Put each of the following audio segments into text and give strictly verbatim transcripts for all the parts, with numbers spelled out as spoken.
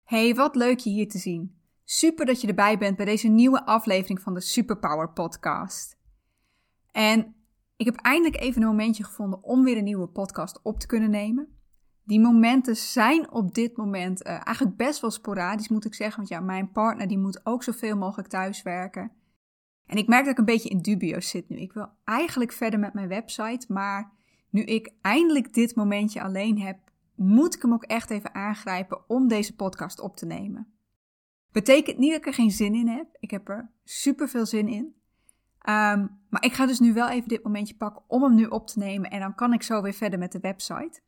Hey, wat leuk je hier te zien. Super dat je erbij bent bij deze nieuwe aflevering van de Superpower Podcast. En ik heb eindelijk even een momentje gevonden om weer een nieuwe podcast op te kunnen nemen. Die momenten zijn op dit moment uh, eigenlijk best wel sporadisch, moet ik zeggen. Want ja, mijn partner die moet ook zoveel mogelijk thuiswerken. En ik merk dat ik een beetje in dubio's zit nu. Ik wil eigenlijk verder met mijn website, maar nu ik eindelijk dit momentje alleen heb, moet ik hem ook echt even aangrijpen om deze podcast op te nemen. Betekent niet dat ik er geen zin in heb. Ik heb er super veel zin in. Um, maar ik ga dus nu wel even dit momentje pakken om hem nu op te nemen. En dan kan ik zo weer verder met de website.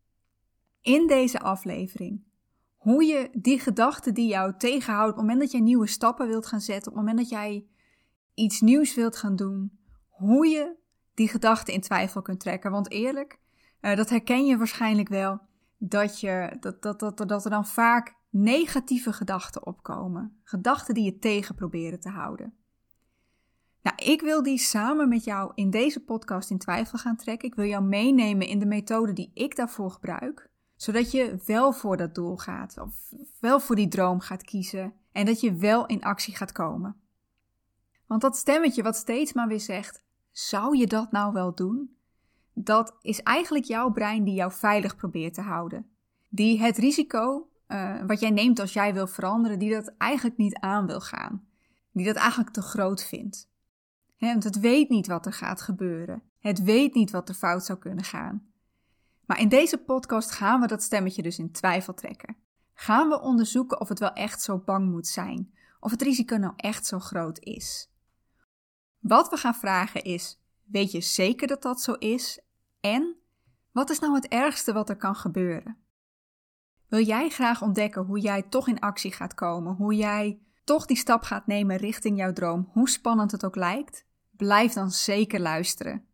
In deze aflevering. Hoe je die gedachten die jou tegenhoudt. Op het moment dat jij nieuwe stappen wilt gaan zetten. Op het moment dat jij iets nieuws wilt gaan doen. Hoe je die gedachten in twijfel kunt trekken. Want eerlijk, uh, dat herken je waarschijnlijk wel. Dat, je, dat, dat, dat, dat er dan vaak negatieve gedachten opkomen. Gedachten die je tegen proberen te houden. Nou, ik wil die samen met jou in deze podcast in twijfel gaan trekken. Ik wil jou meenemen in de methode die ik daarvoor gebruik. Zodat je wel voor dat doel gaat. Of wel voor die droom gaat kiezen. En dat je wel in actie gaat komen. Want dat stemmetje wat steeds maar weer zegt, zou je dat nou wel doen? Dat is eigenlijk jouw brein die jou veilig probeert te houden. Die het risico, uh, wat jij neemt als jij wil veranderen, die dat eigenlijk niet aan wil gaan. Die dat eigenlijk te groot vindt. He, want het weet niet wat er gaat gebeuren. Het weet niet wat er fout zou kunnen gaan. Maar in deze podcast gaan we dat stemmetje dus in twijfel trekken. Gaan we onderzoeken of het wel echt zo bang moet zijn. Of het risico nou echt zo groot is. Wat we gaan vragen is, weet je zeker dat dat zo is? En wat is nou het ergste wat er kan gebeuren? Wil jij graag ontdekken hoe jij toch in actie gaat komen? Hoe jij toch die stap gaat nemen richting jouw droom? Hoe spannend het ook lijkt? Blijf dan zeker luisteren.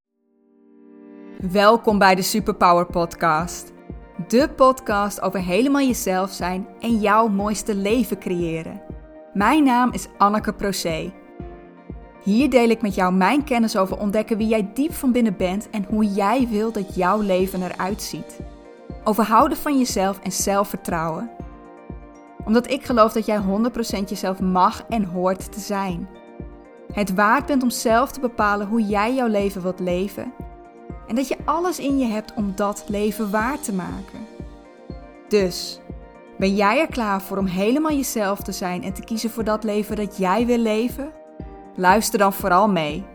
Welkom bij de Superpower Podcast. De podcast over helemaal jezelf zijn en jouw mooiste leven creëren. Mijn naam is Anneke Procé. Hier deel ik met jou mijn kennis over ontdekken wie jij diep van binnen bent en hoe jij wilt dat jouw leven eruit ziet. Over houden van jezelf en zelfvertrouwen. Omdat ik geloof dat jij honderd procent jezelf mag en hoort te zijn. Het waard bent om zelf te bepalen hoe jij jouw leven wilt leven. En dat je alles in je hebt om dat leven waar te maken. Dus, ben jij er klaar voor om helemaal jezelf te zijn en te kiezen voor dat leven dat jij wil leven? Luister dan vooral mee.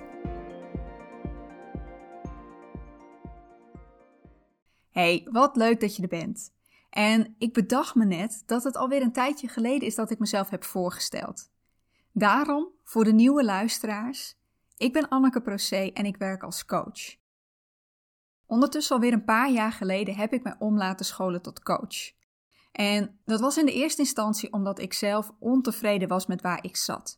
Hey, wat leuk dat je er bent. En ik bedacht me net dat het alweer een tijdje geleden is dat ik mezelf heb voorgesteld. Daarom, voor de nieuwe luisteraars, ik ben Anneke Procé en ik werk als coach. Ondertussen alweer een paar jaar geleden heb ik mij om laten scholen tot coach. En dat was in de eerste instantie omdat ik zelf ontevreden was met waar ik zat.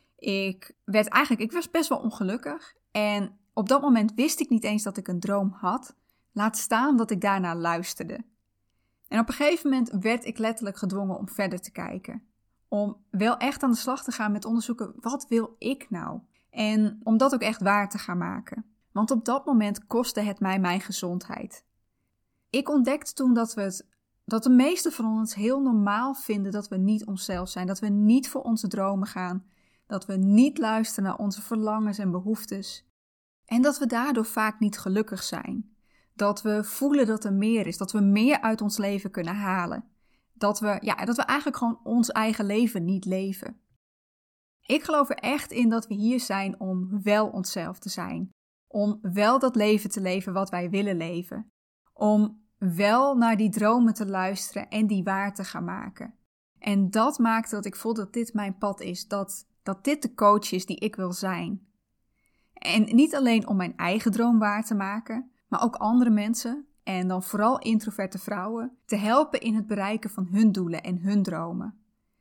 Ik werd eigenlijk, ik was best wel ongelukkig en op dat moment wist ik niet eens dat ik een droom had, laat staan dat ik daarnaar luisterde. En op een gegeven moment werd ik letterlijk gedwongen om verder te kijken. Om wel echt aan de slag te gaan met onderzoeken, wat wil ik nou? En om dat ook echt waar te gaan maken. Want op dat moment kostte het mij mijn gezondheid. Ik ontdekte toen dat we het, dat de meeste van ons heel normaal vinden dat we niet onszelf zijn. Dat we niet voor onze dromen gaan. Dat we niet luisteren naar onze verlangens en behoeftes. En dat we daardoor vaak niet gelukkig zijn. Dat we voelen dat er meer is. Dat we meer uit ons leven kunnen halen. Dat we, ja, dat we eigenlijk gewoon ons eigen leven niet leven. Ik geloof er echt in dat we hier zijn om wel onszelf te zijn. Om wel dat leven te leven wat wij willen leven. Om wel naar die dromen te luisteren en die waar te gaan maken. En dat maakte dat ik voelde dat dit mijn pad is. Dat, dat dit de coach is die ik wil zijn. En niet alleen om mijn eigen droom waar te maken, maar ook andere mensen, en dan vooral introverte vrouwen, te helpen in het bereiken van hun doelen en hun dromen.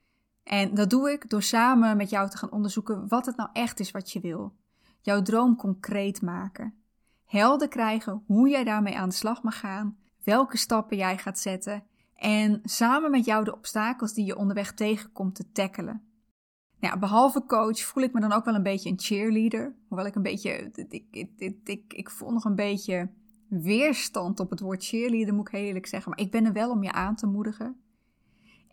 En dat doe ik door samen met jou te gaan onderzoeken wat het nou echt is wat je wil. Jouw droom concreet maken. Helder krijgen hoe jij daarmee aan de slag mag gaan, welke stappen jij gaat zetten en samen met jou de obstakels die je onderweg tegenkomt te tackelen. Nou, behalve coach voel ik me dan ook wel een beetje een cheerleader. Hoewel ik een beetje, ik, ik, ik, ik, ik voel nog een beetje weerstand op het woord cheerleader, moet ik heel eerlijk zeggen. Maar ik ben er wel om je aan te moedigen.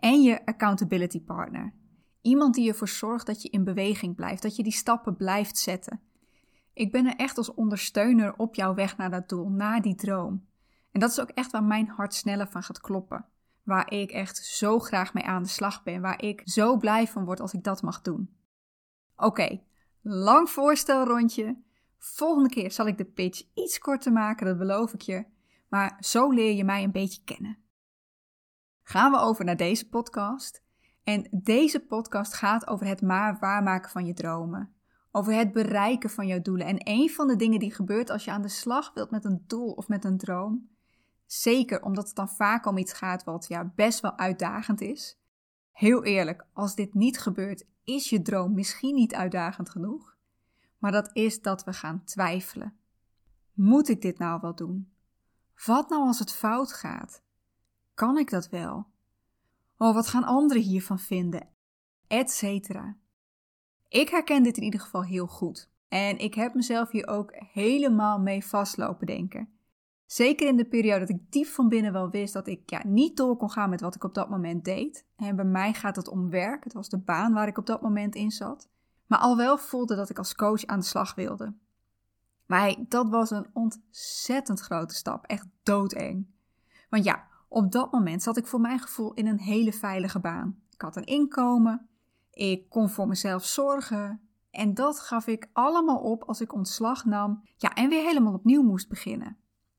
En je accountability partner. Iemand die ervoor zorgt dat je in beweging blijft, dat je die stappen blijft zetten. Ik ben er echt als ondersteuner op jouw weg naar dat doel, naar die droom. En dat is ook echt waar mijn hart sneller van gaat kloppen. Waar ik echt zo graag mee aan de slag ben, waar ik zo blij van word als ik dat mag doen. Oké, okay, lang voorstelrondje. Volgende keer zal ik de pitch iets korter maken, dat beloof ik je. Maar zo leer je mij een beetje kennen. Gaan we over naar deze podcast. En deze podcast gaat over het maar waarmaken van je dromen. Over het bereiken van jouw doelen. En een van de dingen die gebeurt als je aan de slag wilt met een doel of met een droom. Zeker omdat het dan vaak om iets gaat wat ja, best wel uitdagend is. Heel eerlijk, als dit niet gebeurt, is je droom misschien niet uitdagend genoeg. Maar dat is dat we gaan twijfelen. Moet ik dit nou wel doen? Wat nou als het fout gaat? Kan ik dat wel? Oh, wat gaan anderen hiervan vinden? Etcetera. Ik herken dit in ieder geval heel goed. En ik heb mezelf hier ook helemaal mee vastlopen denken. Zeker in de periode dat ik diep van binnen wel wist dat ik ja, niet door kon gaan met wat ik op dat moment deed. En bij mij gaat het om werk. Het was de baan waar ik op dat moment in zat. Maar al wel voelde dat ik als coach aan de slag wilde. Maar hey, dat was een ontzettend grote stap. Echt doodeng. Want ja, op dat moment zat ik voor mijn gevoel in een hele veilige baan. Ik had een inkomen. Ik kon voor mezelf zorgen. En dat gaf ik allemaal op als ik ontslag nam. Ja, en weer helemaal opnieuw moest beginnen.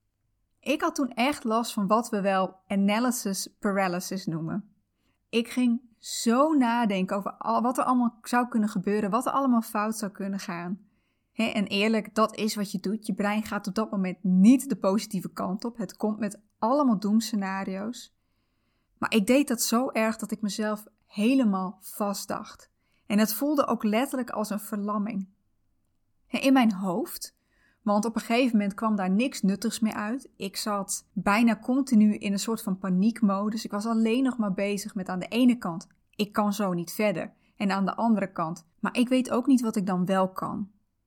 Ik had toen echt last van wat we wel analysis paralysis noemen. Ik ging zo nadenken over al, wat er allemaal zou kunnen gebeuren, wat er allemaal fout zou kunnen gaan. He, en eerlijk, dat is wat je doet. Je brein gaat op dat moment niet de positieve kant op. Het komt met allemaal doemscenario's. Maar ik deed dat zo erg dat ik mezelf helemaal vastdacht. En het voelde ook letterlijk als een verlamming. He, in mijn hoofd. Want op een gegeven moment kwam daar niks nuttigs meer uit. Ik zat bijna continu in een soort van paniekmodus. Ik was alleen nog maar bezig met aan de ene kant, ik kan zo niet verder. En aan de andere kant, maar ik weet ook niet wat ik dan wel kan.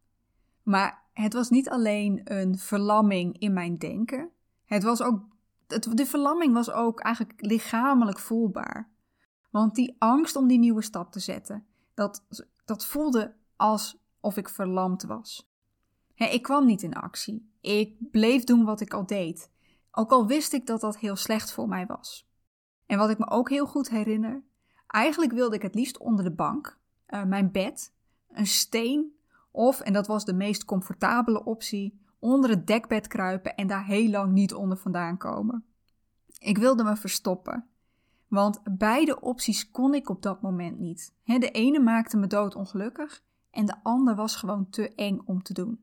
Maar het was niet alleen een verlamming in mijn denken. Het was ook, het, de verlamming was ook eigenlijk lichamelijk voelbaar. Want die angst om die nieuwe stap te zetten, dat, dat voelde alsof ik verlamd was. He, ik kwam niet in actie. Ik bleef doen wat ik al deed. Ook al wist ik dat dat heel slecht voor mij was. En wat ik me ook heel goed herinner. Eigenlijk wilde ik het liefst onder de bank, uh, mijn bed, een steen of, en dat was de meest comfortabele optie, onder het dekbed kruipen en daar heel lang niet onder vandaan komen. Ik wilde me verstoppen. Want beide opties kon ik op dat moment niet. He, de ene maakte me doodongelukkig en de ander was gewoon te eng om te doen.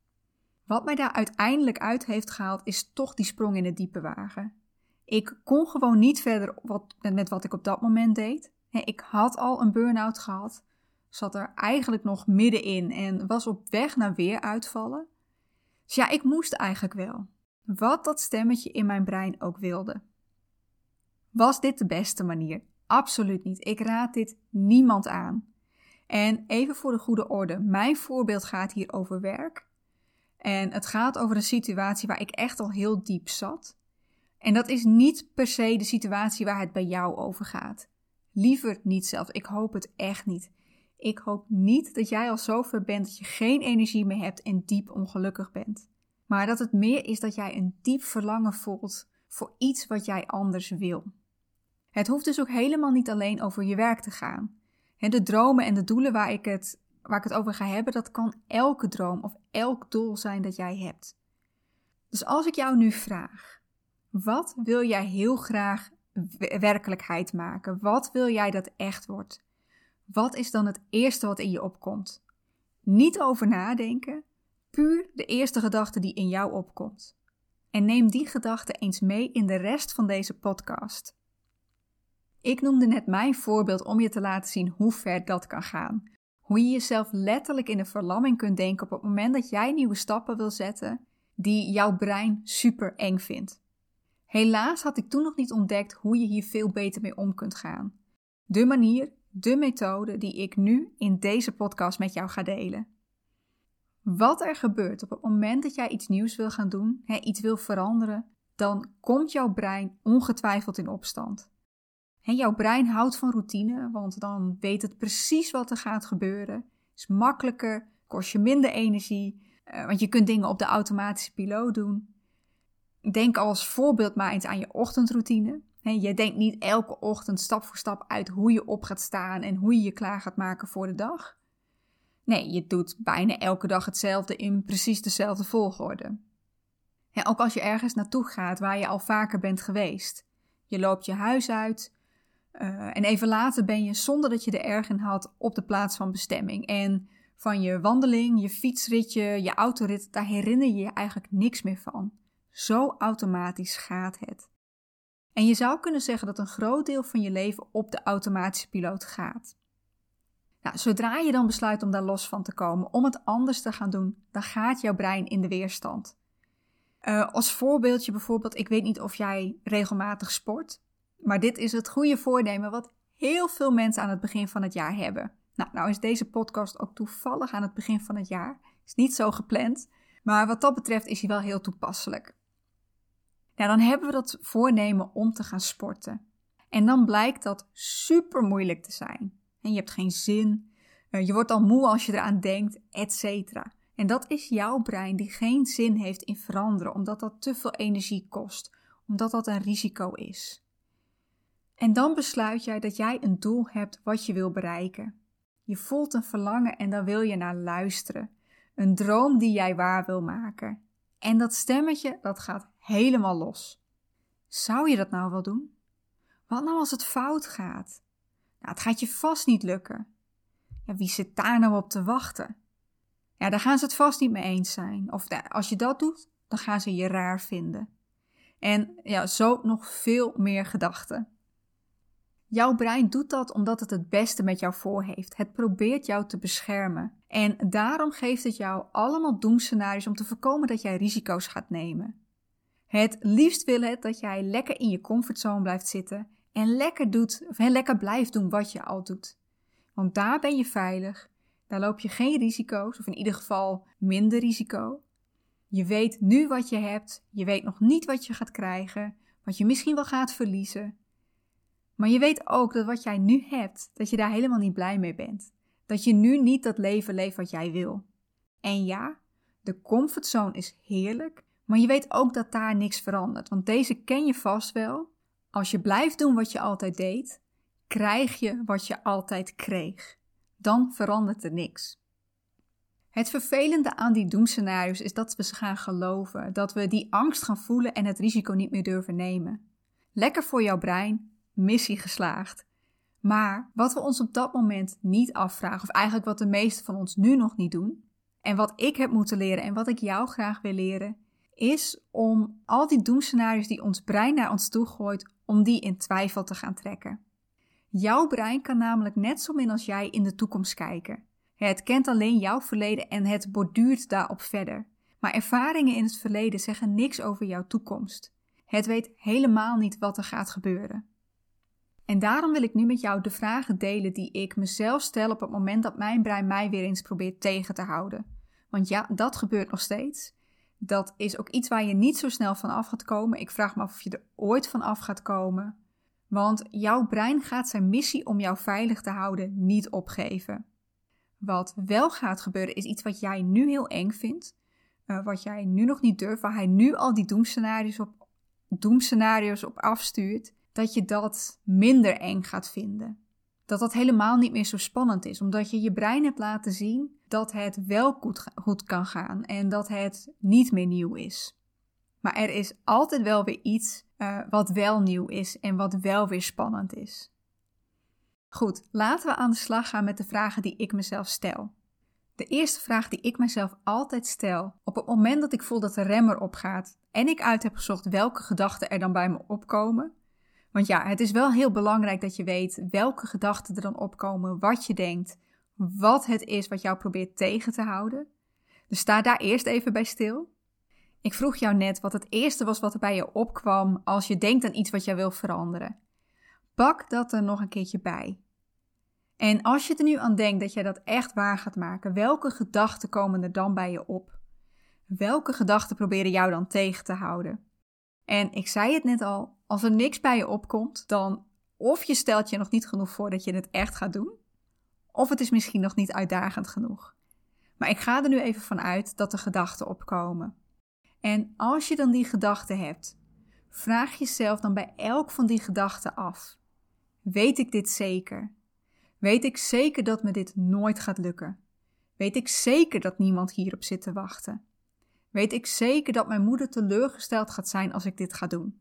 Wat mij daar uiteindelijk uit heeft gehaald is toch die sprong in het diepe wagen. Ik kon gewoon niet verder wat, met wat ik op dat moment deed. Ik had al een burn-out gehad, zat er eigenlijk nog middenin en was op weg naar weer uitvallen. Dus ja, ik moest eigenlijk wel. Wat dat stemmetje in mijn brein ook wilde. Was dit de beste manier? Absoluut niet. Ik raad dit niemand aan. En even voor de goede orde, mijn voorbeeld gaat hier over werk. En het gaat over een situatie waar ik echt al heel diep zat. En dat is niet per se de situatie waar het bij jou over gaat. Liever niet zelfs. Ik hoop het echt niet. Ik hoop niet dat jij al zo ver bent dat je geen energie meer hebt en diep ongelukkig bent. Maar dat het meer is dat jij een diep verlangen voelt voor iets wat jij anders wil. Het hoeft dus ook helemaal niet alleen over je werk te gaan. De dromen en de doelen waar ik het, waar ik het over ga hebben, dat kan elke droom of elk doel zijn dat jij hebt. Dus als ik jou nu vraag, wat wil jij heel graag werkelijkheid maken? Wat wil jij dat echt wordt? Wat is dan het eerste wat in je opkomt? Niet over nadenken, puur de eerste gedachte die in jou opkomt. En neem die gedachte eens mee in de rest van deze podcast. Ik noemde net mijn voorbeeld om je te laten zien hoe ver dat kan gaan. Hoe je jezelf letterlijk in een verlamming kunt denken op het moment dat jij nieuwe stappen wil zetten die jouw brein super eng vindt. Helaas had ik toen nog niet ontdekt hoe je hier veel beter mee om kunt gaan. De manier, de methode die ik nu in deze podcast met jou ga delen. Wat er gebeurt op het moment dat jij iets nieuws wil gaan doen, hè, iets wil veranderen, dan komt jouw brein ongetwijfeld in opstand. En jouw brein houdt van routine, want dan weet het precies wat er gaat gebeuren. Is makkelijker, kost je minder energie, uh, want je kunt dingen op de automatische piloot doen. Denk als voorbeeld maar eens aan je ochtendroutine. He, je denkt niet elke ochtend stap voor stap uit hoe je op gaat staan en hoe je je klaar gaat maken voor de dag. Nee, je doet bijna elke dag hetzelfde in precies dezelfde volgorde. Ja, ook als je ergens naartoe gaat waar je al vaker bent geweest. Je loopt je huis uit uh, en even later ben je, zonder dat je er erg in had, op de plaats van bestemming. En van je wandeling, je fietsritje, je autorit, daar herinner je je eigenlijk niks meer van. Zo automatisch gaat het. En je zou kunnen zeggen dat een groot deel van je leven op de automatische piloot gaat. Nou, zodra je dan besluit om daar los van te komen, om het anders te gaan doen, dan gaat jouw brein in de weerstand. Uh, als voorbeeldje bijvoorbeeld, ik weet niet of jij regelmatig sport, maar dit is het goede voornemen wat heel veel mensen aan het begin van het jaar hebben. Nou, nou is deze podcast ook toevallig aan het begin van het jaar. Is niet zo gepland, maar wat dat betreft is hij wel heel toepasselijk. Nou, dan hebben we dat voornemen om te gaan sporten. En dan blijkt dat super moeilijk te zijn. En je hebt geen zin, uh, je wordt al moe als je eraan denkt, et cetera. En dat is jouw brein die geen zin heeft in veranderen, omdat dat te veel energie kost, omdat dat een risico is. En dan besluit jij dat jij een doel hebt wat je wil bereiken. Je voelt een verlangen en daar wil je naar luisteren. Een droom die jij waar wil maken. En dat stemmetje, dat gaat helemaal los. Zou je dat nou wel doen? Wat nou als het fout gaat? Nou, het gaat je vast niet lukken. Ja, wie zit daar nou op te wachten? Ja, daar gaan ze het vast niet mee eens zijn. Of ja, als je dat doet, dan gaan ze je raar vinden. En ja, zo nog veel meer gedachten. Jouw brein doet dat omdat het het beste met jou voor heeft. Het probeert jou te beschermen. En daarom geeft het jou allemaal doemscenario's om te voorkomen dat jij risico's gaat nemen. Het liefst wil het dat jij lekker in je comfortzone blijft zitten en lekker, doet, of lekker blijft doen wat je al doet. Want daar ben je veilig, daar loop je geen risico's, of in ieder geval minder risico. Je weet nu wat je hebt, je weet nog niet wat je gaat krijgen, wat je misschien wel gaat verliezen. Maar je weet ook dat wat jij nu hebt, dat je daar helemaal niet blij mee bent. Dat je nu niet dat leven leeft wat jij wil. En ja, de comfortzone is heerlijk, maar je weet ook dat daar niks verandert. Want deze ken je vast wel. Als je blijft doen wat je altijd deed, krijg je wat je altijd kreeg. Dan verandert er niks. Het vervelende aan die doemscenario's is dat we ze gaan geloven. Dat we die angst gaan voelen en het risico niet meer durven nemen. Lekker voor jouw brein. Missie geslaagd. Maar wat we ons op dat moment niet afvragen, of eigenlijk wat de meesten van ons nu nog niet doen, en wat ik heb moeten leren en wat ik jou graag wil leren, is om al die doemscenario's die ons brein naar ons toe gooit, om die in twijfel te gaan trekken. Jouw brein kan namelijk net zo min als jij in de toekomst kijken. Het kent alleen jouw verleden en het borduurt daarop verder. Maar ervaringen in het verleden zeggen niks over jouw toekomst. Het weet helemaal niet wat er gaat gebeuren. En daarom wil ik nu met jou de vragen delen die ik mezelf stel op het moment dat mijn brein mij weer eens probeert tegen te houden. Want ja, dat gebeurt nog steeds. Dat is ook iets waar je niet zo snel van af gaat komen. Ik vraag me af of je er ooit van af gaat komen. Want jouw brein gaat zijn missie om jou veilig te houden niet opgeven. Wat wel gaat gebeuren is iets wat jij nu heel eng vindt. Uh, wat jij nu nog niet durft, waar hij nu al die doemscenario's op, doemscenario's op afstuurt. Dat je dat minder eng gaat vinden. Dat dat helemaal niet meer zo spannend is. Omdat je je brein hebt laten zien dat het wel goed, goed kan gaan. En dat het niet meer nieuw is. Maar er is altijd wel weer iets uh, wat wel nieuw is. En wat wel weer spannend is. Goed, laten we aan de slag gaan met de vragen die ik mezelf stel. De eerste vraag die ik mezelf altijd stel. Op het moment dat ik voel dat de remmer opgaat. En ik uit heb gezocht welke gedachten er dan bij me opkomen. Want ja, het is wel heel belangrijk dat je weet welke gedachten er dan opkomen, wat je denkt, wat het is wat jou probeert tegen te houden. Dus sta daar eerst even bij stil. Ik vroeg jou net wat het eerste was wat er bij je opkwam als je denkt aan iets wat jij wil veranderen. Pak dat er nog een keertje bij. En als je er nu aan denkt dat jij dat echt waar gaat maken, welke gedachten komen er dan bij je op? Welke gedachten proberen jou dan tegen te houden? En ik zei het net al, als er niks bij je opkomt, dan of je stelt je nog niet genoeg voor dat je het echt gaat doen, of het is misschien nog niet uitdagend genoeg. Maar ik ga er nu even van uit dat er gedachten opkomen. En als je dan die gedachten hebt, vraag jezelf dan bij elk van die gedachten af. Weet ik dit zeker? Weet ik zeker dat me dit nooit gaat lukken? Weet ik zeker dat niemand hierop zit te wachten? Weet ik zeker dat mijn moeder teleurgesteld gaat zijn als ik dit ga doen?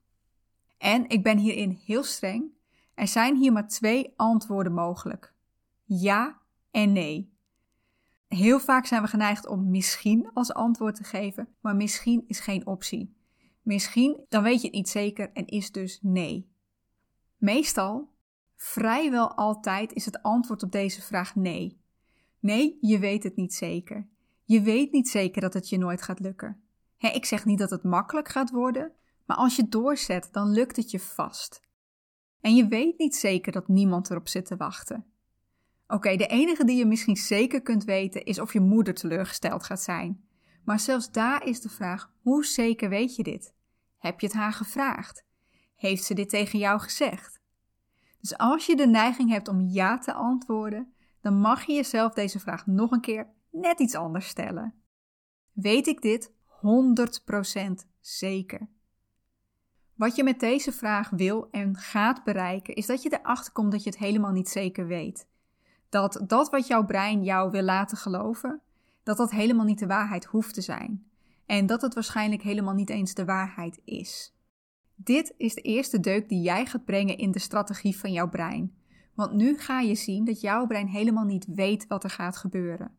En ik ben hierin heel streng. Er zijn hier maar twee antwoorden mogelijk. Ja en nee. Heel vaak zijn we geneigd om misschien als antwoord te geven, maar misschien is geen optie. Misschien, dan weet je het niet zeker en is dus nee. Meestal, vrijwel altijd, is het antwoord op deze vraag nee. Nee, je weet het niet zeker. Je weet niet zeker dat het je nooit gaat lukken. He, ik zeg niet dat het makkelijk gaat worden, maar als je doorzet, dan lukt het je vast. En je weet niet zeker dat niemand erop zit te wachten. Oké, okay, de enige die je misschien zeker kunt weten is of je moeder teleurgesteld gaat zijn. Maar zelfs daar is de vraag, hoe zeker weet je dit? Heb je het haar gevraagd? Heeft ze dit tegen jou gezegd? Dus als je de neiging hebt om ja te antwoorden, dan mag je jezelf deze vraag nog een keer net iets anders stellen. Weet ik dit honderd procent zeker? Wat je met deze vraag wil en gaat bereiken, is dat je erachter komt dat je het helemaal niet zeker weet. Dat dat wat jouw brein jou wil laten geloven, dat dat helemaal niet de waarheid hoeft te zijn. En dat het waarschijnlijk helemaal niet eens de waarheid is. Dit is de eerste deuk die jij gaat brengen in de strategie van jouw brein. Want nu ga je zien dat jouw brein helemaal niet weet wat er gaat gebeuren.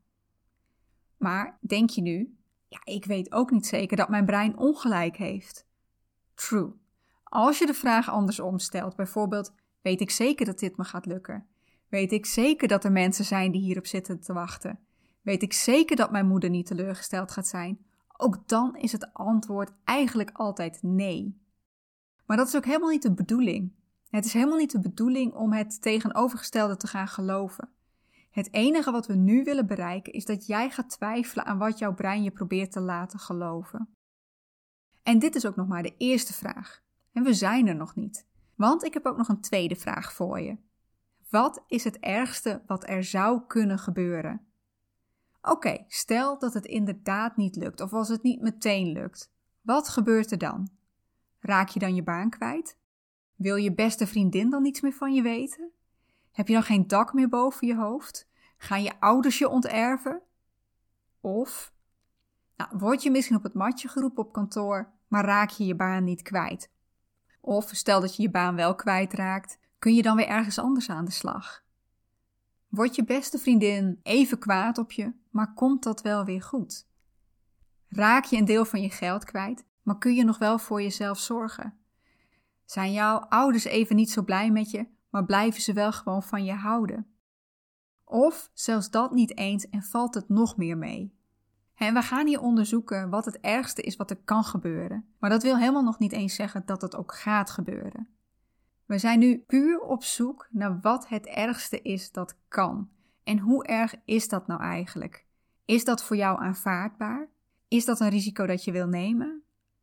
Maar denk je nu, ja, ik weet ook niet zeker dat mijn brein ongelijk heeft. True. Als je de vraag andersom stelt, bijvoorbeeld, weet ik zeker dat dit me gaat lukken? Weet ik zeker dat er mensen zijn die hierop zitten te wachten? Weet ik zeker dat mijn moeder niet teleurgesteld gaat zijn? Ook dan is het antwoord eigenlijk altijd nee. Maar dat is ook helemaal niet de bedoeling. Het is helemaal niet de bedoeling om het tegenovergestelde te gaan geloven. Het enige wat we nu willen bereiken is dat jij gaat twijfelen aan wat jouw brein je probeert te laten geloven. En dit is ook nog maar de eerste vraag. En we zijn er nog niet. Want ik heb ook nog een tweede vraag voor je. Wat is het ergste wat er zou kunnen gebeuren? Oké, okay, stel dat het inderdaad niet lukt of als het niet meteen lukt. Wat gebeurt er dan? Raak je dan je baan kwijt? Wil je beste vriendin dan niets meer van je weten? Heb je dan geen dak meer boven je hoofd? Gaan je ouders je onterven? Of, nou, word je misschien op het matje geroepen op kantoor, maar raak je je baan niet kwijt? Of stel dat je je baan wel kwijtraakt, kun je dan weer ergens anders aan de slag? Wordt je beste vriendin even kwaad op je, maar komt dat wel weer goed? Raak je een deel van je geld kwijt, maar kun je nog wel voor jezelf zorgen? Zijn jouw ouders even niet zo blij met je, maar blijven ze wel gewoon van je houden? Of zelfs dat niet eens en valt het nog meer mee? En we gaan hier onderzoeken wat het ergste is wat er kan gebeuren. Maar dat wil helemaal nog niet eens zeggen dat het ook gaat gebeuren. We zijn nu puur op zoek naar wat het ergste is dat kan. En hoe erg is dat nou eigenlijk? Is dat voor jou aanvaardbaar? Is dat een risico dat je wil nemen?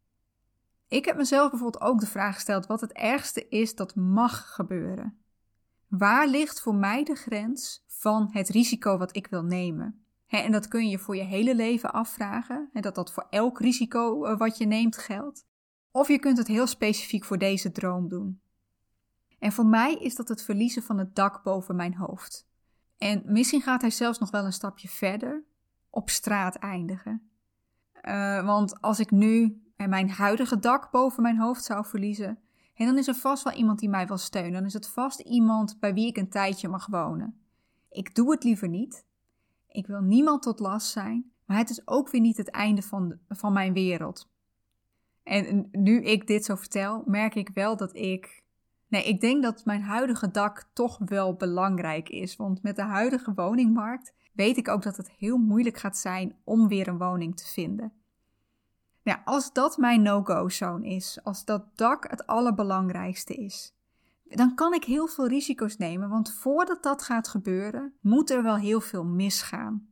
Ik heb mezelf bijvoorbeeld ook de vraag gesteld wat het ergste is dat mag gebeuren. Waar ligt voor mij de grens van het risico wat ik wil nemen? He, en dat kun je voor je hele leven afvragen, he, dat dat voor elk risico uh, wat je neemt geldt. Of je kunt het heel specifiek voor deze droom doen. En voor mij is dat het verliezen van het dak boven mijn hoofd. En misschien gaat hij zelfs nog wel een stapje verder, op straat eindigen. Uh, want als ik nu mijn huidige dak boven mijn hoofd zou verliezen, en dan is er vast wel iemand die mij wil steunen. Dan is het vast iemand bij wie ik een tijdje mag wonen. Ik doe het liever niet. Ik wil niemand tot last zijn, maar het is ook weer niet het einde van, de, van mijn wereld. En nu ik dit zo vertel, merk ik wel dat ik... Nee, ik denk dat mijn huidige dak toch wel belangrijk is. Want met de huidige woningmarkt weet ik ook dat het heel moeilijk gaat zijn om weer een woning te vinden. Nou, als dat mijn no-go zone is, als dat dak het allerbelangrijkste is, dan kan ik heel veel risico's nemen, want voordat dat gaat gebeuren, moet er wel heel veel misgaan.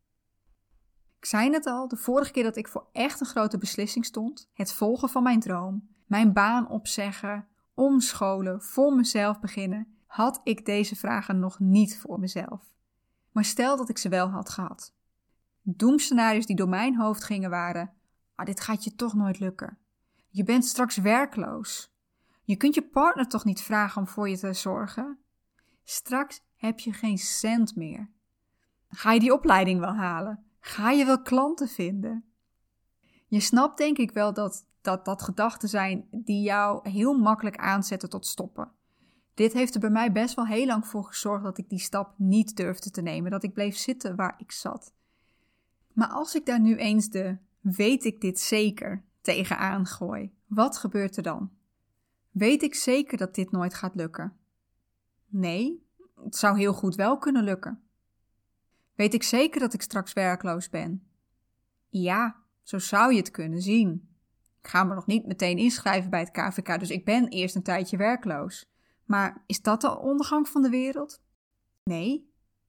Ik zei het al, de vorige keer dat ik voor echt een grote beslissing stond, het volgen van mijn droom, mijn baan opzeggen omscholen, voor mezelf beginnen, had ik deze vragen nog niet voor mezelf. Maar stel dat ik ze wel had gehad. Doemscenario's die door mijn hoofd gingen waren, ah, dit gaat je toch nooit lukken. Je bent straks werkloos. Je kunt je partner toch niet vragen om voor je te zorgen? Straks heb je geen cent meer. Ga je die opleiding wel halen? Ga je wel klanten vinden? Je snapt denk ik wel dat dat, dat gedachten zijn die jou heel makkelijk aanzetten tot stoppen. Dit heeft er bij mij best wel heel lang voor gezorgd dat ik die stap niet durfde te nemen. Dat ik bleef zitten waar ik zat. Maar als ik daar nu eens de weet ik dit zeker tegenaan gooi, wat gebeurt er dan? Weet ik zeker dat dit nooit gaat lukken? Nee, het zou heel goed wel kunnen lukken. Weet ik zeker dat ik straks werkloos ben? Ja, zo zou je het kunnen zien. Ik ga me nog niet meteen inschrijven bij het K V K, dus ik ben eerst een tijdje werkloos. Maar is dat de ondergang van de wereld? Nee.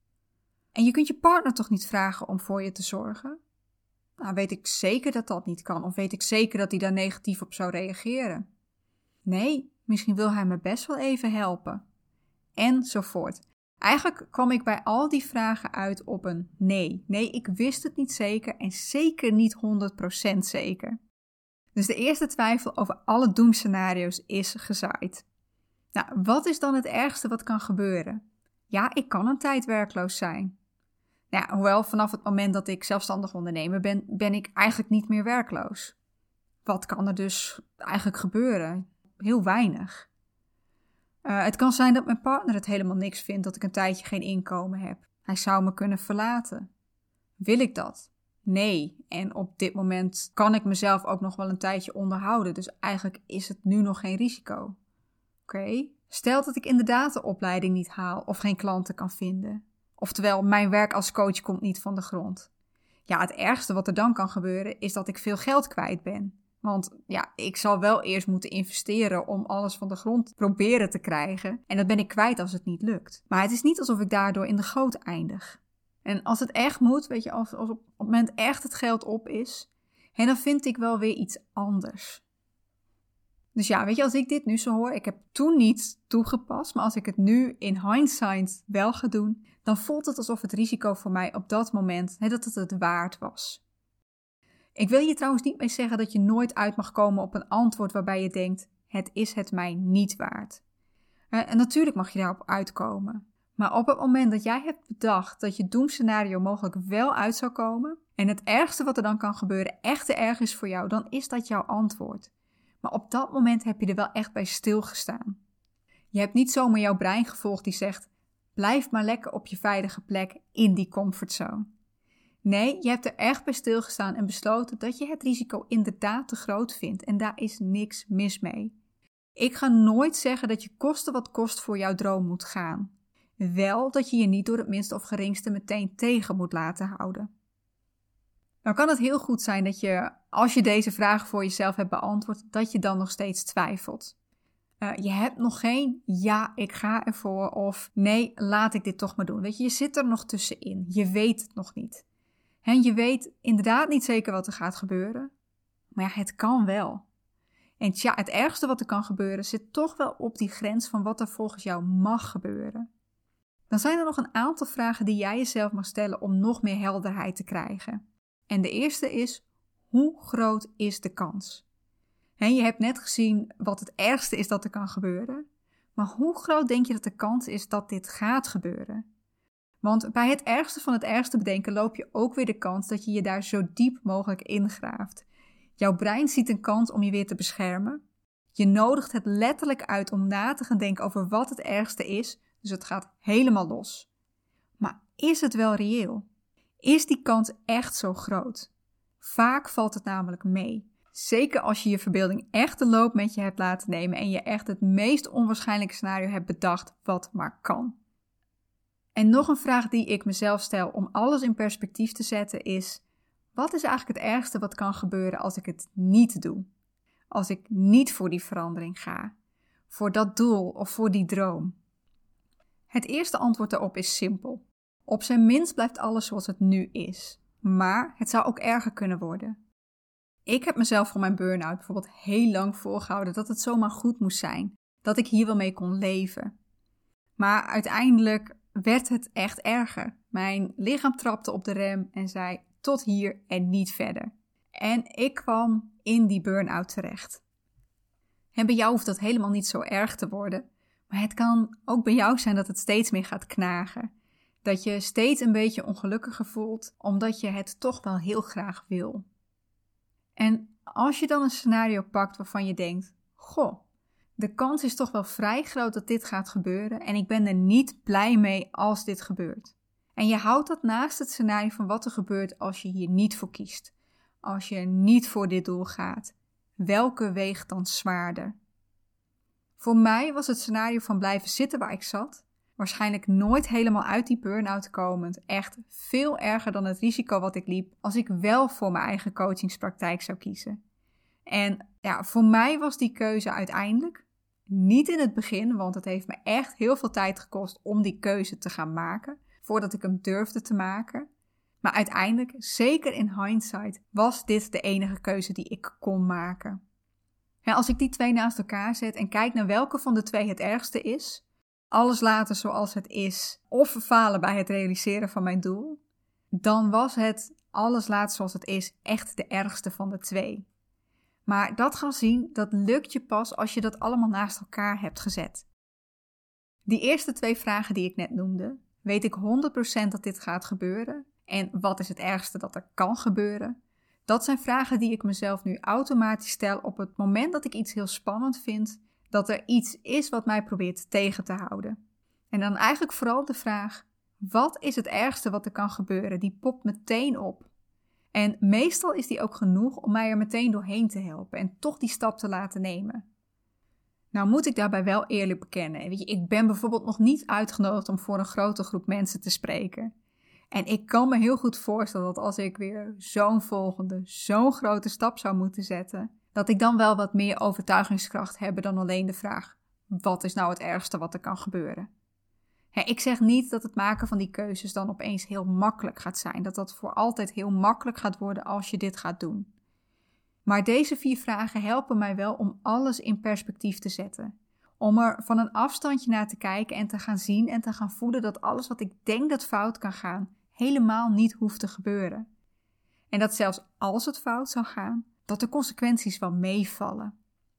En je kunt je partner toch niet vragen om voor je te zorgen? Nou, weet ik zeker dat dat niet kan, of weet ik zeker dat hij daar negatief op zou reageren? Nee, misschien wil hij me best wel even helpen. Enzovoort. Eigenlijk kwam ik bij al die vragen uit op een nee. Nee, ik wist het niet zeker en zeker niet honderd procent zeker. Dus de eerste twijfel over alle doemscenario's is gezaaid. Nou, wat is dan het ergste wat kan gebeuren? Ja, ik kan een tijd werkloos zijn. Nou, hoewel vanaf het moment dat ik zelfstandig ondernemer ben, ben ik eigenlijk niet meer werkloos. Wat kan er dus eigenlijk gebeuren? Heel weinig. Uh, het kan zijn dat mijn partner het helemaal niks vindt dat ik een tijdje geen inkomen heb. Hij zou me kunnen verlaten. Wil ik dat? Nee. En op dit moment kan ik mezelf ook nog wel een tijdje onderhouden. Dus eigenlijk is het nu nog geen risico. Oké. Okay. Stel dat ik inderdaad de opleiding niet haal of geen klanten kan vinden. Oftewel, mijn werk als coach komt niet van de grond. Ja, het ergste wat er dan kan gebeuren is dat ik veel geld kwijt ben. Want ja, ik zal wel eerst moeten investeren om alles van de grond proberen te krijgen. En dat ben ik kwijt als het niet lukt. Maar het is niet alsof ik daardoor in de goot eindig. En als het echt moet, weet je, als, als op het moment echt het geld op is, en dan vind ik wel weer iets anders. Dus ja, weet je, als ik dit nu zo hoor, ik heb toen niet toegepast, maar als ik het nu in hindsight wel ga doen, dan voelt het alsof het risico voor mij op dat moment, hè, dat het het waard was. Ik wil hier trouwens niet mee zeggen dat je nooit uit mag komen op een antwoord waarbij je denkt, het is het mij niet waard. En natuurlijk mag je daarop uitkomen. Maar op het moment dat jij hebt bedacht dat je doemscenario mogelijk wel uit zou komen, en het ergste wat er dan kan gebeuren echt te erg is voor jou, dan is dat jouw antwoord. Maar op dat moment heb je er wel echt bij stilgestaan. Je hebt niet zomaar jouw brein gevolgd die zegt, blijf maar lekker op je veilige plek in die comfortzone. Nee, je hebt er echt bij stilgestaan en besloten dat je het risico inderdaad te groot vindt en daar is niks mis mee. Ik ga nooit zeggen dat je koste wat kost voor jouw droom moet gaan. Wel dat je je niet door het minste of geringste meteen tegen moet laten houden. Nou kan het heel goed zijn dat je, als je deze vragen voor jezelf hebt beantwoord, dat je dan nog steeds twijfelt. Uh, je hebt nog geen ja, ik ga ervoor of nee, laat ik dit toch maar doen. Weet je, je zit er nog tussenin. Je weet het nog niet. En je weet inderdaad niet zeker wat er gaat gebeuren. Maar ja, het kan wel. En tja, het ergste wat er kan gebeuren zit toch wel op die grens van wat er volgens jou mag gebeuren. Dan zijn er nog een aantal vragen die jij jezelf mag stellen om nog meer helderheid te krijgen. En de eerste is, hoe groot is de kans? He, je hebt net gezien wat het ergste is dat er kan gebeuren. Maar hoe groot denk je dat de kans is dat dit gaat gebeuren? Want bij het ergste van het ergste bedenken loop je ook weer de kans dat je je daar zo diep mogelijk ingraaft. Jouw brein ziet een kans om je weer te beschermen. Je nodigt het letterlijk uit om na te gaan denken over wat het ergste is, dus het gaat helemaal los. Maar is het wel reëel? Is die kans echt zo groot? Vaak valt het namelijk mee. Zeker als je je verbeelding echt de loop met je hebt laten nemen en je echt het meest onwaarschijnlijke scenario hebt bedacht wat maar kan. En nog een vraag die ik mezelf stel om alles in perspectief te zetten is, wat is eigenlijk het ergste wat kan gebeuren als ik het niet doe? Als ik niet voor die verandering ga, voor dat doel of voor die droom? Het eerste antwoord daarop is simpel. Op zijn minst blijft alles zoals het nu is, maar het zou ook erger kunnen worden. Ik heb mezelf voor mijn burn-out bijvoorbeeld heel lang voorgehouden dat het zomaar goed moest zijn. dat ik hier wel mee kon leven. Maar uiteindelijk werd het echt erger. Mijn lichaam trapte op de rem en zei tot hier en niet verder. En ik kwam in die burn-out terecht. En bij jou hoeft dat helemaal niet zo erg te worden. Maar het kan ook bij jou zijn dat het steeds meer gaat knagen. Dat je steeds een beetje ongelukkiger voelt, omdat je het toch wel heel graag wil. En als je dan een scenario pakt waarvan je denkt, goh, de kans is toch wel vrij groot dat dit gaat gebeuren en ik ben er niet blij mee als dit gebeurt. En je houdt dat naast het scenario van wat er gebeurt als je hier niet voor kiest. Als je niet voor dit doel gaat. Welke weegt dan zwaarder? Voor mij was het scenario van blijven zitten waar ik zat, waarschijnlijk nooit helemaal uit die burn-out komend, echt veel erger dan het risico wat ik liep als ik wel voor mijn eigen coachingspraktijk zou kiezen. En ja, voor mij was die keuze uiteindelijk niet in het begin, want het heeft me echt heel veel tijd gekost om die keuze te gaan maken, voordat ik hem durfde te maken. Maar uiteindelijk, zeker in hindsight, was dit de enige keuze die ik kon maken. Ja, als ik die twee naast elkaar zet en kijk naar welke van de twee het ergste is, alles laten zoals het is of falen bij het realiseren van mijn doel, dan was het alles laten zoals het is echt de ergste van de twee. Maar dat gaan zien, dat lukt je pas als je dat allemaal naast elkaar hebt gezet. Die eerste twee vragen die ik net noemde, weet ik honderd procent dat dit gaat gebeuren? En wat is het ergste dat er kan gebeuren? Dat zijn vragen die ik mezelf nu automatisch stel op het moment dat ik iets heel spannend vind, dat er iets is wat mij probeert tegen te houden. En dan eigenlijk vooral de vraag, wat is het ergste wat er kan gebeuren? Die popt meteen op. En meestal is die ook genoeg om mij er meteen doorheen te helpen en toch die stap te laten nemen. Nou moet ik daarbij wel eerlijk bekennen. Weet je, ik ben bijvoorbeeld nog niet uitgenodigd om voor een grote groep mensen te spreken. En ik kan me heel goed voorstellen dat als ik weer zo'n volgende, zo'n grote stap zou moeten zetten, dat ik dan wel wat meer overtuigingskracht heb dan alleen de vraag, wat is nou het ergste wat er kan gebeuren? He, ik zeg niet dat het maken van die keuzes dan opeens heel makkelijk gaat zijn, dat dat voor altijd heel makkelijk gaat worden als je dit gaat doen. Maar deze vier vragen helpen mij wel om alles in perspectief te zetten. Om er van een afstandje naar te kijken en te gaan zien en te gaan voelen dat alles wat ik denk dat fout kan gaan, helemaal niet hoeft te gebeuren. En dat zelfs als het fout zou gaan, dat de consequenties wel meevallen.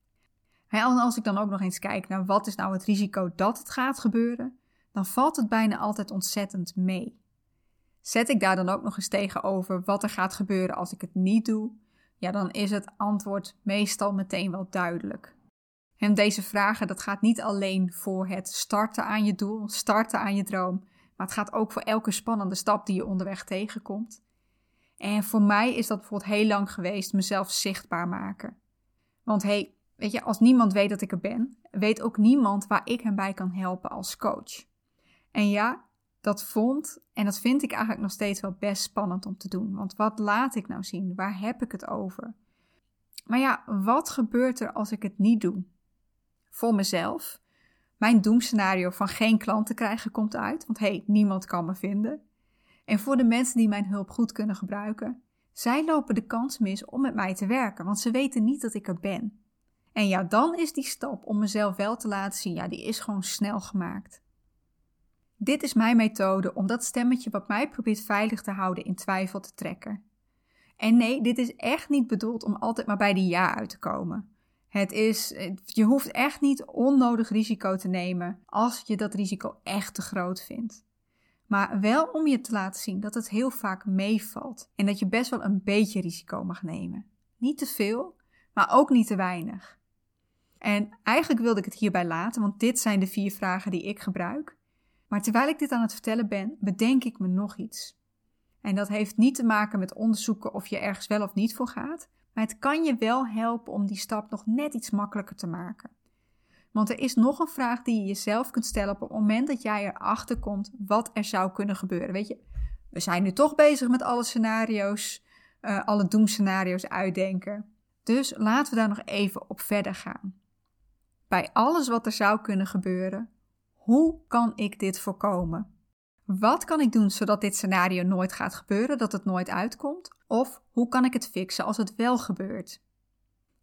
En als ik dan ook nog eens kijk naar wat is nou het risico dat het gaat gebeuren, dan valt het bijna altijd ontzettend mee. Zet ik daar dan ook nog eens tegenover wat er gaat gebeuren als ik het niet doe, ja, dan is het antwoord meestal meteen wel duidelijk. En deze vragen, dat gaat niet alleen voor het starten aan je doel, starten aan je droom, maar het gaat ook voor elke spannende stap die je onderweg tegenkomt. En voor mij is dat bijvoorbeeld heel lang geweest mezelf zichtbaar maken. Want hé, hey, weet je, als niemand weet dat ik er ben, weet ook niemand waar ik hem bij kan helpen als coach. En ja, dat vond en dat vind ik eigenlijk nog steeds wel best spannend om te doen. Want wat laat ik nou zien? Waar heb ik het over? Maar ja, wat gebeurt er als ik het niet doe? Voor mezelf, mijn doemscenario van geen klanten krijgen komt uit, want hé, hey, niemand kan me vinden. En voor de mensen die mijn hulp goed kunnen gebruiken, zij lopen de kans mis om met mij te werken, want ze weten niet dat ik er ben. En ja, dan is die stap om mezelf wel te laten zien, ja, die is gewoon snel gemaakt. Dit is mijn methode om dat stemmetje wat mij probeert veilig te houden in twijfel te trekken. En nee, dit is echt niet bedoeld om altijd maar bij die ja uit te komen. Het is, je hoeft echt niet onnodig risico te nemen als je dat risico echt te groot vindt. Maar wel om je te laten zien dat het heel vaak meevalt en dat je best wel een beetje risico mag nemen. Niet te veel, maar ook niet te weinig. En eigenlijk wilde ik het hierbij laten, want dit zijn de vier vragen die ik gebruik. Maar terwijl ik dit aan het vertellen ben, bedenk ik me nog iets. En dat heeft niet te maken met onderzoeken of je ergens wel of niet voor gaat, maar het kan je wel helpen om die stap nog net iets makkelijker te maken. Want er is nog een vraag die je jezelf kunt stellen op het moment dat jij erachter komt wat er zou kunnen gebeuren. Weet je, we zijn nu toch bezig met alle scenario's, uh, alle doemscenario's uitdenken. Dus laten we daar nog even op verder gaan. Bij alles wat er zou kunnen gebeuren, hoe kan ik dit voorkomen? Wat kan ik doen zodat dit scenario nooit gaat gebeuren, dat het nooit uitkomt? Of hoe kan ik het fixen als het wel gebeurt?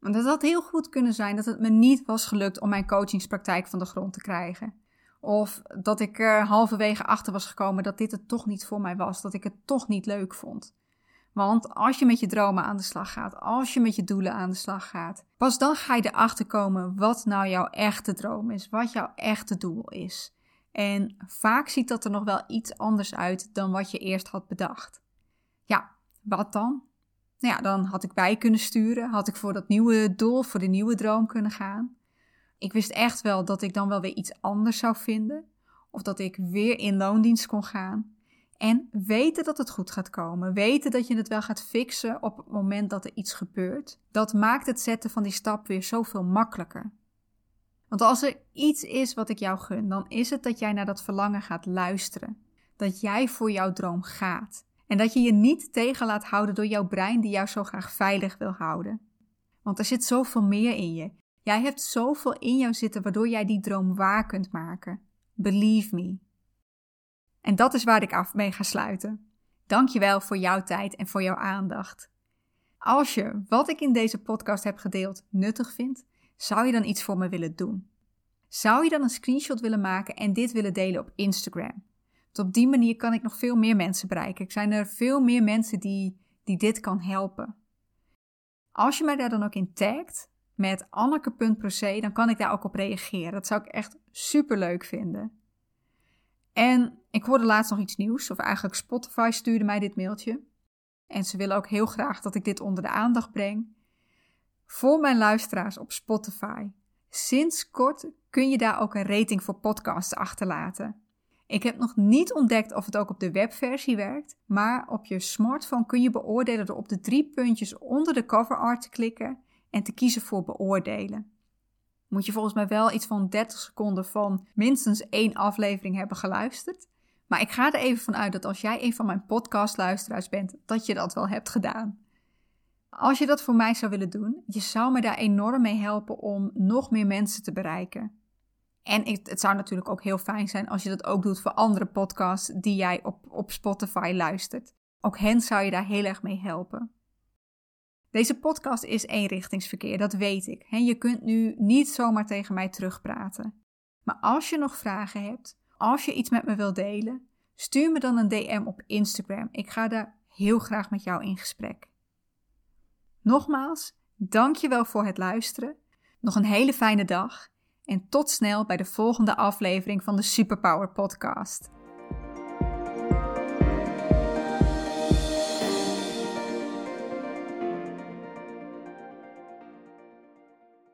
Want het had heel goed kunnen zijn dat het me niet was gelukt om mijn coachingspraktijk van de grond te krijgen. Of dat ik er halverwege achter was gekomen dat dit het toch niet voor mij was, dat ik het toch niet leuk vond. Want als je met je dromen aan de slag gaat, als je met je doelen aan de slag gaat, pas dan ga je erachter komen wat nou jouw echte droom is, wat jouw echte doel is. En vaak ziet dat er nog wel iets anders uit dan wat je eerst had bedacht. Ja, wat dan? Nou ja, dan had ik bij kunnen sturen, had ik voor dat nieuwe doel, voor de nieuwe droom kunnen gaan. Ik wist echt wel dat ik dan wel weer iets anders zou vinden, of dat ik weer in loondienst kon gaan. En weten dat het goed gaat komen, weten dat je het wel gaat fixen op het moment dat er iets gebeurt, dat maakt het zetten van die stap weer zoveel makkelijker. Want als er iets is wat ik jou gun, dan is het dat jij naar dat verlangen gaat luisteren. Dat jij voor jouw droom gaat. En dat je je niet tegen laat houden door jouw brein die jou zo graag veilig wil houden. Want er zit zoveel meer in je. Jij hebt zoveel in jou zitten waardoor jij die droom waar kunt maken. Believe me. En dat is waar ik af mee ga sluiten. Dankjewel voor jouw tijd en voor jouw aandacht. Als je wat ik in deze podcast heb gedeeld nuttig vindt, zou je dan iets voor me willen doen? Zou je dan een screenshot willen maken en dit willen delen op Instagram? Want op die manier kan ik nog veel meer mensen bereiken. Er zijn er veel meer mensen die, die dit kan helpen. Als je mij daar dan ook in tagt met anneke punt proce, dan kan ik daar ook op reageren. Dat zou ik echt super leuk vinden. En ik hoorde laatst nog iets nieuws, of eigenlijk Spotify stuurde mij dit mailtje. En ze willen ook heel graag dat ik dit onder de aandacht breng. Voor mijn luisteraars op Spotify. Sinds kort kun je daar ook een rating voor podcasts achterlaten. Ik heb nog niet ontdekt of het ook op de webversie werkt, maar op je smartphone kun je beoordelen door op de drie puntjes onder de cover art te klikken en te kiezen voor beoordelen. Moet je volgens mij wel iets van dertig seconden van minstens één aflevering hebben geluisterd. Maar ik ga er even van uit dat als jij een van mijn podcastluisteraars bent, dat je dat wel hebt gedaan. Als je dat voor mij zou willen doen, je zou me daar enorm mee helpen om nog meer mensen te bereiken. En het, het zou natuurlijk ook heel fijn zijn als je dat ook doet voor andere podcasts die jij op, op Spotify luistert. Ook hen zou je daar heel erg mee helpen. Deze podcast is eenrichtingsverkeer, dat weet ik. Je kunt nu niet zomaar tegen mij terugpraten. Maar als je nog vragen hebt, als je iets met me wilt delen, stuur me dan een D M op Instagram. Ik ga daar heel graag met jou in gesprek. Nogmaals, dankjewel voor het luisteren. Nog een hele fijne dag. En tot snel bij de volgende aflevering van de Superpower Podcast.